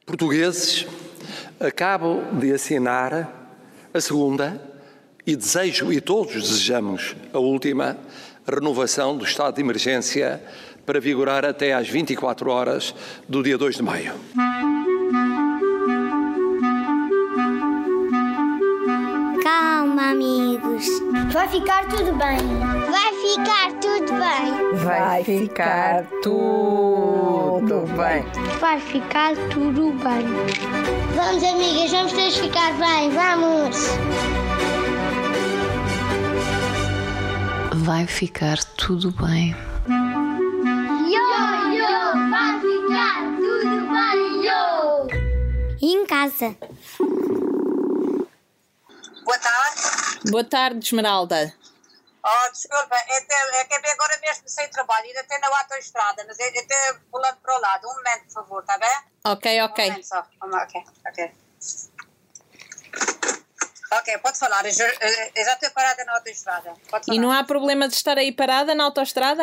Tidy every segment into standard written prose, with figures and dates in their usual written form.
Portugueses, acabo de assinar a segunda e desejo, e todos desejamos, a última renovação do estado de emergência para vigorar até às 24 horas do dia 2 de maio. Calma, amigos. Vai ficar tudo bem. Vai ficar tudo bem. Vai ficar tudo bem. Vai ficar tudo bem. Vamos, amigas, vamos todos ficar bem. Vamos. Vai ficar tudo bem. Vai ficar tudo bem. E em casa? Boa tarde. Boa tarde, Esmeralda. Desculpa, acabei agora mesmo sem trabalho, ainda tenho na autoestrada, mas até pulando para o lado. Um momento, por favor, está bem? Ok. Um momento só. Ok. Ok, pode falar, eu já estou parada na autoestrada. E não há problema de estar aí parada na autoestrada?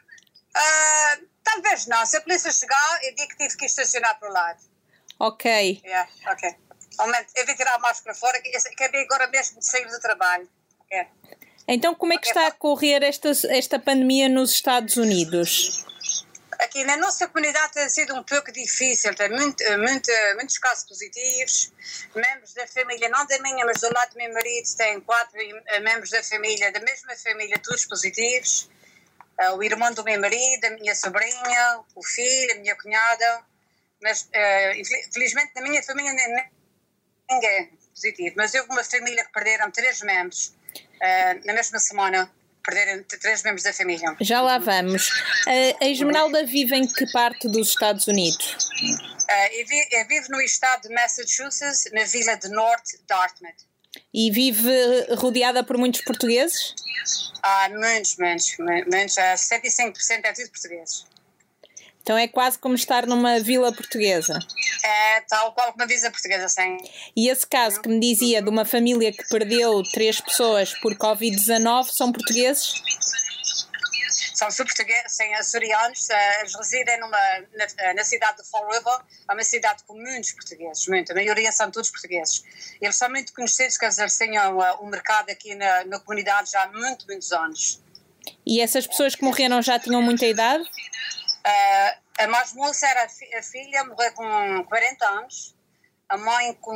Talvez não, se a polícia chegar, eu digo que tive que estacionar para o lado. Ok. Ok. Um momento, eu vou tirar a máscara fora, que acabei agora mesmo de sair do trabalho. Ok. Então como é que está a correr esta pandemia nos Estados Unidos? Aqui na nossa comunidade tem sido um pouco difícil, tem muitos casos positivos, membros da família, não da minha, mas do lado do meu marido, tem 4 membros da família, da mesma família, todos positivos, o irmão do meu marido, a minha sobrinha, o filho, a minha cunhada, mas felizmente na minha família ninguém positivo, mas houve uma família que perderam 3 membros na mesma semana. Perderam 3 membros da família. Já lá vamos. A Esmeralda vive em que parte dos Estados Unidos? Eu vivo no estado de Massachusetts, na vila de North Dartmouth. E vive rodeada por muitos portugueses? Muitos. 75% é tudo portugueses. Então é quase como estar numa vila portuguesa. É tal qual uma vila portuguesa, sim. E esse caso que me dizia de uma família que perdeu 3 pessoas por Covid-19 são portugueses? São portugueses, são açorianos, eles residem na cidade de Fall River, é uma cidade com muitos portugueses, a maioria são todos portugueses. Eles são muito conhecidos, que eles têm um mercado aqui na comunidade já há muitos anos. E essas pessoas que morreram já tinham muita idade? A mais moça era a filha, morreu com 40 anos, a mãe com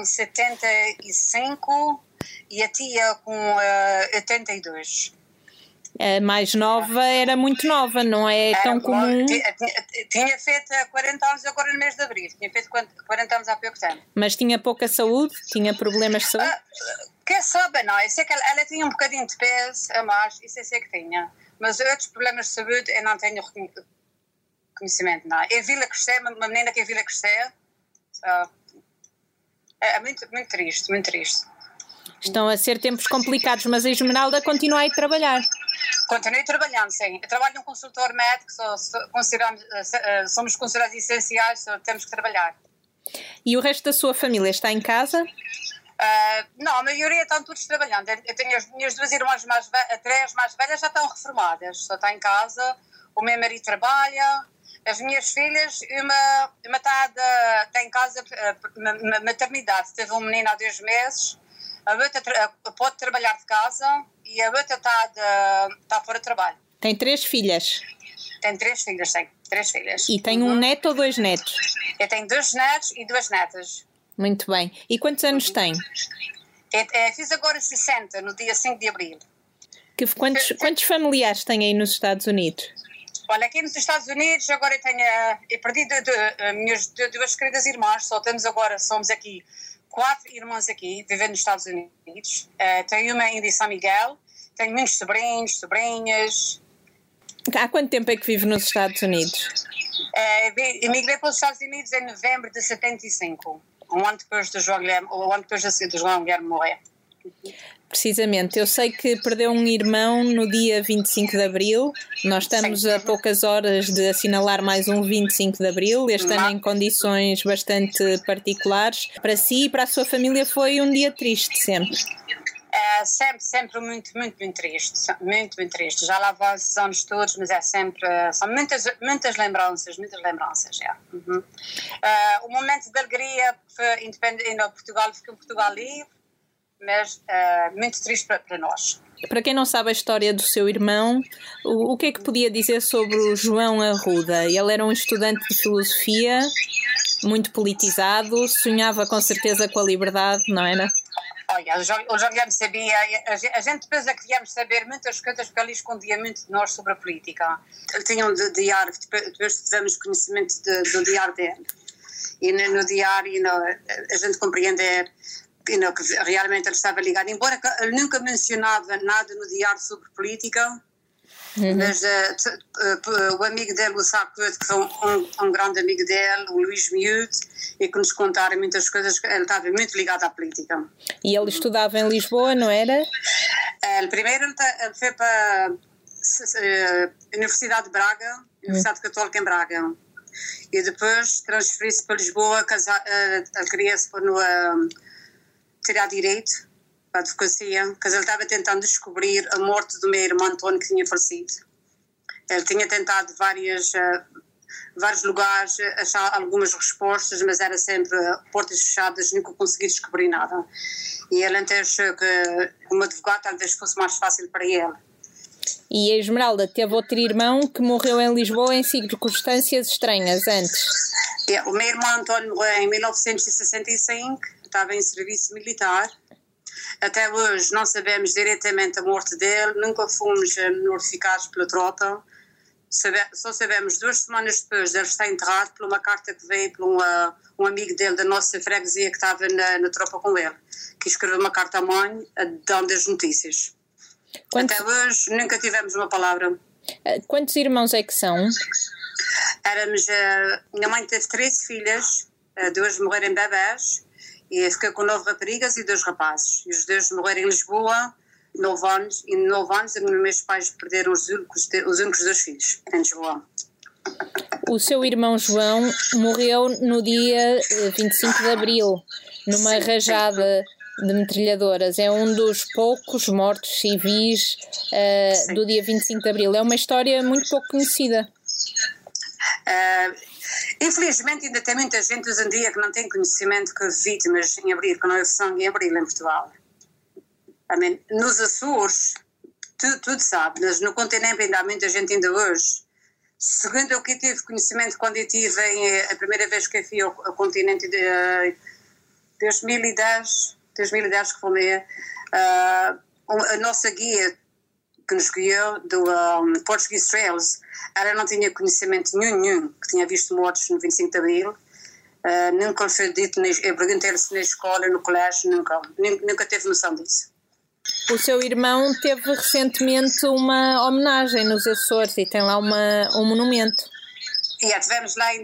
75 e a tia com 82. A mais nova era muito nova, não é tão comum? Tinha feito 40 anos agora no mês de abril, tinha feito 40 anos há pouco tempo. Mas tinha pouca saúde? Tinha problemas de saúde? Quem sabe, não, eu sei que ela tinha um bocadinho de peso a mais, isso eu sei que tinha, mas outros problemas de saúde eu não tenho conhecimento, não. Eu vi-la crescer, uma menina que eu vi-la crescer, é muito triste. Estão a ser tempos complicados, mas a Esmeralda continua a ir trabalhar. Continuei trabalhando, sim. Eu trabalho num consultor médico, somos considerados essenciais, temos que trabalhar. E o resto da sua família está em casa? Não, a maioria estão todos trabalhando. Eu tenho as minhas 2 irmãs 3 mais velhas já estão reformadas, só estão em casa, o meu marido trabalha. As minhas filhas, uma está em casa, maternidade, teve um menino há 2 meses, a outra pode trabalhar de casa e a outra está fora de trabalho. Tem 3 filhas? Tem 3 filhas, sim, 3 filhas. E tem um neto ou 2 netos? Eu tenho 2 netos e 2 netas. Muito bem. E quantos anos tem? Eu fiz agora 60, no dia 5 de abril. Quantos familiares tem aí nos Estados Unidos? Olha, aqui nos Estados Unidos, agora eu perdi minhas 2 queridas irmãs, somos aqui 4 irmãos aqui, vivendo nos Estados Unidos. Tenho uma ainda em São Miguel, tenho muitos sobrinhos, sobrinhas. Há quanto tempo é que vive nos Estados Unidos? Emigrei para os Estados Unidos em novembro de 75, um ano depois do João Guilherme morrer. Precisamente, eu sei que perdeu um irmão no dia 25 de Abril, nós estamos a poucas horas de assinalar mais um 25 de Abril, este ano em condições bastante particulares. Para si e para a sua família foi um dia triste sempre? Sempre muito triste, muito triste. Já lá vão esses anos todos, mas são muitas lembranças, é. O momento momento de alegria, porque foi independente, Portugal ficou em Portugal livre, mas muito triste para nós. Para quem não sabe a história do seu irmão, o que é que podia dizer sobre o João Arruda? Ele era um estudante de filosofia, muito politizado, sonhava com certeza com a liberdade, não era? Olha, eu já viemos saber, a gente depois é que viemos saber muitas coisas, porque ele escondia muito de nós sobre a política. Ele tinha um diário, depois tivemos conhecimento do diário dele. E no diário, a gente compreender que realmente ele estava ligado, embora ele nunca mencionava nada no diário sobre política, mas o amigo dele, o Sacode, que foi um grande amigo dele, o Luís Miúdo, e que nos contaram muitas coisas, ele estava muito ligado à política. E ele estudava em Lisboa, não era? Primeiro ele foi para a Universidade de Braga, Universidade Católica em Braga, e depois transferiu-se para Lisboa, ele queria-se tirar direito para a advocacia, porque ele estava tentando descobrir a morte do meu irmão António, que tinha falecido. Ele tinha tentado vários lugares, achar algumas respostas, mas era sempre portas fechadas, nunca consegui descobrir nada. E ele então achou que como advogado talvez fosse mais fácil para ele. E a Esmeralda teve outro irmão que morreu em Lisboa em circunstâncias estranhas antes. O meu irmão António morreu em 1965, estava em serviço militar. Até hoje não sabemos diretamente a morte dele, nunca fomos notificados pela tropa. Só sabemos 2 semanas depois de ele estar enterrado por uma carta que veio por um amigo dele da nossa freguesia que estava na tropa com ele, que escreveu uma carta à mãe dando as notícias. Até hoje nunca tivemos uma palavra. Quantos irmãos é que são? Minha mãe teve 13 filhas, 2 morreram bebés, e ficou com 9 raparigas e 2 rapazes. E os 2 morreram em Lisboa, 9 anos, e 9 anos meus pais perderam os únicos 2 filhos em Lisboa. O seu irmão João morreu no dia 25 de Abril, numa rajada de metralhadoras. É um dos poucos mortos civis do dia 25 de Abril. É uma história muito pouco conhecida. Infelizmente ainda tem muita gente hoje em dia que não tem conhecimento que vítimas em Abril, que não houve sangue em Abril em Portugal. Nos Açores, tudo sabe, mas no continente ainda há muita gente ainda hoje. Segundo o que eu tive conhecimento quando eu tive a primeira vez que eu fui ao continente de 2010 que foi a nossa guia que nos guiou do Portuguese Trails, ela não tinha conhecimento nenhum que tinha visto mortos no 25 de Abril. Nunca foi dito, eu perguntei-lhe na escola, no colégio, nunca teve noção disso. O seu irmão teve recentemente uma homenagem nos Açores e tem lá um monumento. Tivemos lá em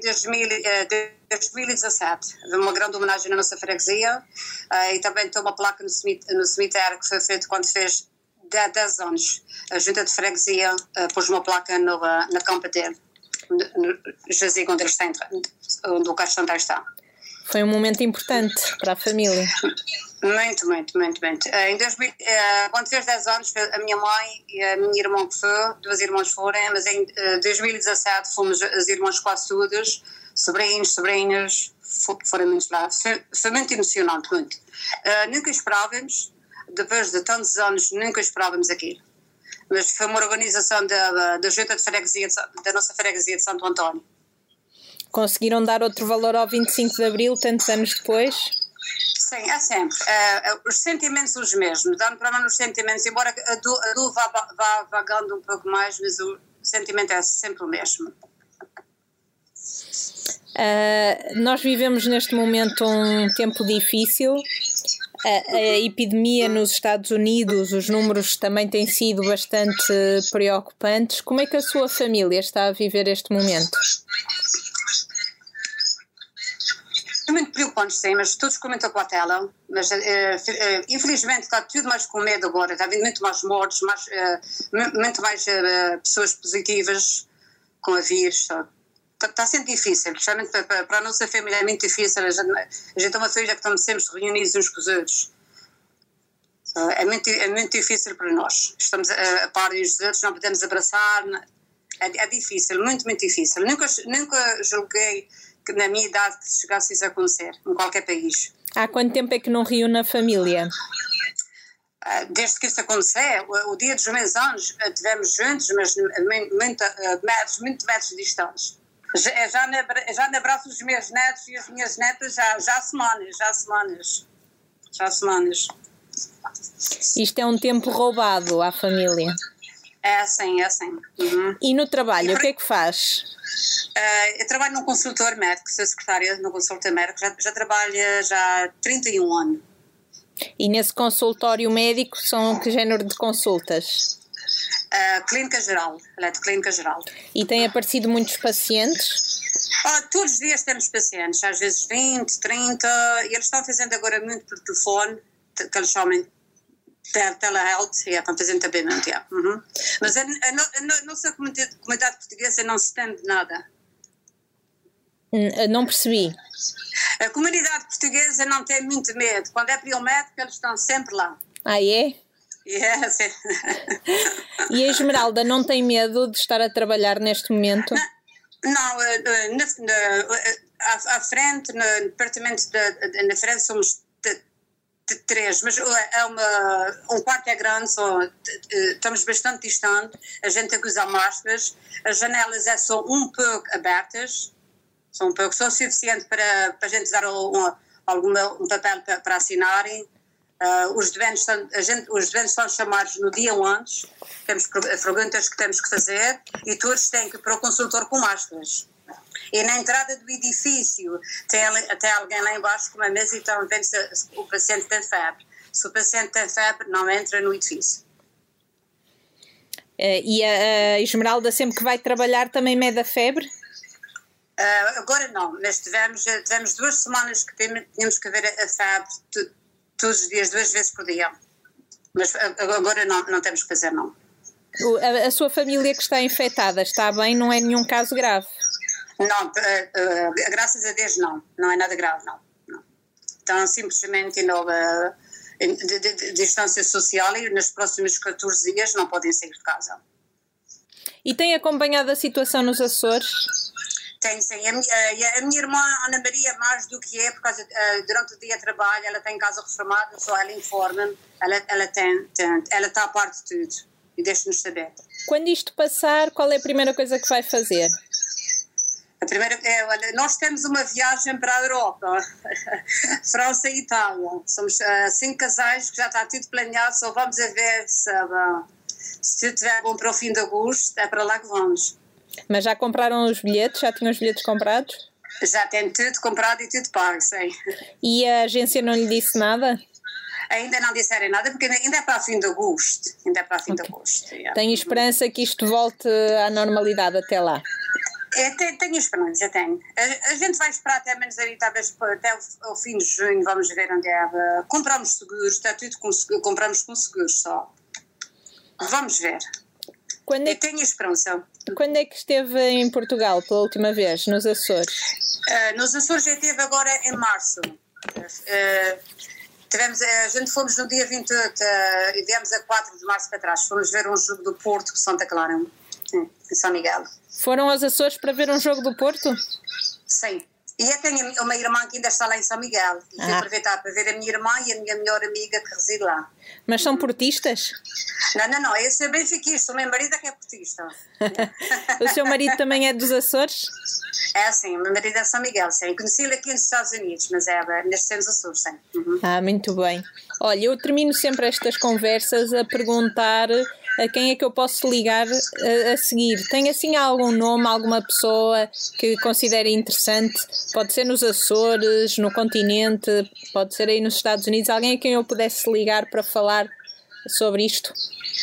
2017, uma grande homenagem na nossa freguesia, e também tem uma placa no cemitério que foi feito quando fez 10 anos. A junta de freguesia pôs uma placa na campa dele, no jazigo onde ele está, onde o Castro Santarém está. Foi um momento importante para a família. Muito. Quando fez 10 anos, a minha mãe e a minha irmã que foi, 2 irmãos foram, mas em 2017 fomos as irmãs quase todas, sobrinhas, foram muitos lá. Foi muito emocionante, muito. Nunca esperávamos, depois de tantos anos, nunca esperávamos aquilo. Mas foi uma organização da junta de freguesia, da nossa freguesia de Santo António. Conseguiram dar outro valor ao 25 de Abril, tantos anos depois? Sim, é sempre. Os sentimentos os mesmos, dando para mim os sentimentos, embora a dor vá vagando um pouco mais, mas o sentimento é sempre o mesmo. Nós vivemos neste momento um tempo difícil. A epidemia nos Estados Unidos, os números também têm sido bastante preocupantes. Como é que a sua família está a viver este momento? É muito preocupante, sim, mas todos comentam com a tela, mas infelizmente está tudo mais com medo agora, está havendo muito mais mortes, muito mais pessoas positivas com a vírus. Está sendo difícil, especialmente para a nossa família é muito difícil, a gente é uma família que estamos sempre reunidos uns com os outros. É muito difícil para nós, estamos a par uns dos outros, não podemos abraçar, é difícil, muito difícil. Nunca julguei que na minha idade que chegasse isso a acontecer, em qualquer país. Há quanto tempo é que não reúne a família? Desde que isso aconteceu, o dia dos meus anos estivemos juntos, mas muito metros distantes. Já me abraço os meus netos e as minhas netas já há semanas. Isto é um tempo roubado à família. É assim. Uhum. E no trabalho, o que é que faz? Eu trabalho num consultor médico, sou secretária num consultor médico, já trabalho já há 31 anos. E nesse consultório médico são que género de consultas? Clínica geral, ela é de clínica geral. E têm aparecido muitos pacientes? Todos os dias temos pacientes, às vezes 20, 30, e eles estão fazendo agora muito por telefone, que eles chamam telehealth, estão fazendo também muito, uhum. Mas a nossa comunidade portuguesa não se estende nada. Não percebi. A comunidade portuguesa não tem muito medo. Quando é para ir ao médico, eles estão sempre lá. Ah, é? Yes. E a Esmeralda não tem medo de estar a trabalhar neste momento? Não, à frente, no departamento na frente somos três, mas um quarto é grande, estamos bastante distantes, a gente tem que usar máscaras, as janelas são um pouco abertas, são suficiente para a gente dar um papel para assinarem. Os doentes são chamados no dia antes, temos perguntas que temos que fazer e todos têm que ir para o consultor com máscaras. E na entrada do edifício tem até alguém lá embaixo com uma mesa e estão vendo se o paciente tem febre. Se o paciente tem febre, não entra no edifício. E a Esmeralda sempre que vai trabalhar também mede a febre? Agora não, mas tivemos 2 semanas que tínhamos que ver a febre todos os dias, 2 vezes por dia. Mas agora não temos que fazer, não. A sua família que está infectada está bem? Não é nenhum caso grave? Não, graças a Deus não é nada grave, não. Então simplesmente de distância social e nos próximos 14 dias não podem sair de casa. E tem acompanhado a situação nos Açores? Tem, sim. A minha irmã Ana Maria, mais do que por causa durante o dia de trabalho, ela tem casa reformada, só ela informa-me, ela está a par de tudo e deixa-nos saber. Quando isto passar, qual é a primeira coisa que vai fazer? A primeira nós temos uma viagem para a Europa, França e Itália. Somos 5 casais que já está tudo planeado, só vamos a ver se tudo estiver bom para o fim de agosto, é para lá que vamos. Mas já compraram os bilhetes? Já tinham os bilhetes comprados? Já tem tudo comprado e tudo pago, sim. E a agência não lhe disse nada? Ainda não disseram nada, porque ainda é para o fim de agosto. Yeah. Tem esperança que isto volte à normalidade até lá? Tenho esperança, tenho. A gente vai esperar até menos talvez até o fim de junho, vamos ver onde é. Compramos seguros, está tudo compramos com seguros só. Vamos ver. Tenho esperança. Quando é que esteve em Portugal pela última vez, nos Açores? Nos Açores já esteve agora em março. A gente fomos no dia 28 e viemos a 4 de março para trás. Fomos ver um jogo do Porto com Santa Clara, em São Miguel. Foram aos Açores para ver um jogo do Porto? Sim. E eu tenho uma irmã que ainda está lá em São Miguel. E fui aproveitar para ver a minha irmã e a minha melhor amiga que reside lá. Mas são portistas? Não. Eu sou benfiquista. O meu marido é que é portista. O seu marido também é dos Açores? É, sim. O meu marido é de São Miguel, sim. Conheci-lo aqui nos Estados Unidos, mas neste temos Açores, sim. Uhum. Muito bem. Olha, eu termino sempre estas conversas a perguntar a quem é que eu posso ligar a seguir. Tem assim algum nome, alguma pessoa que considere interessante? Pode ser nos Açores, no continente, pode ser aí nos Estados Unidos. Alguém a quem eu pudesse ligar para falar sobre isto?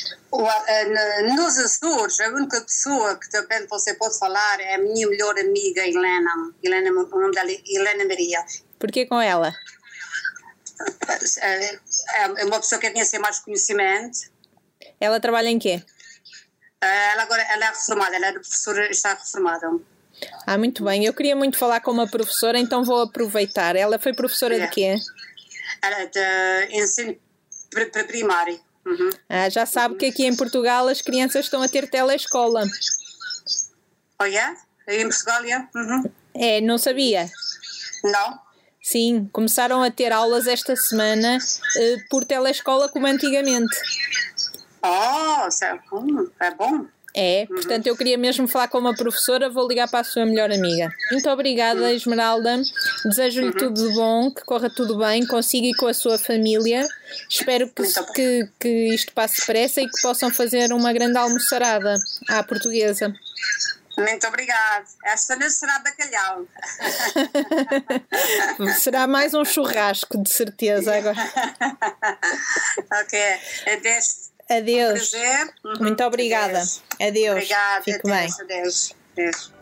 Nos Açores, a única pessoa que também você pode falar é a minha melhor amiga Helena, o nome dela é Helena Maria. Porquê com ela? É uma pessoa que tinha assim mais conhecimento. Ela trabalha em quê? Ela é reformada, ela é professora, está reformada. Muito bem, eu queria muito falar com uma professora, então vou aproveitar. Ela foi professora de quê? Ela é de ensino primário. Uhum. Já sabe que aqui em Portugal as crianças estão a ter telescola. Oh, yeah? Aí em Portugal, yeah? Uhum. É, não sabia. Não? Sim, começaram a ter aulas esta semana por telescola como antigamente. Oh, é bom. É, portanto eu queria mesmo falar com uma professora, vou ligar para a sua melhor amiga. Muito obrigada, Esmeralda. Desejo-lhe tudo de bom, que corra tudo bem, consiga ir com a sua família. Espero que isto passe depressa e que possam fazer uma grande almoçarada à portuguesa. Muito obrigada. Esta não será bacalhau. Será mais um churrasco, de certeza agora. Ok. Adeus. Prazer. Muito obrigada. Adeus. Obrigada. Fique bem. Adeus.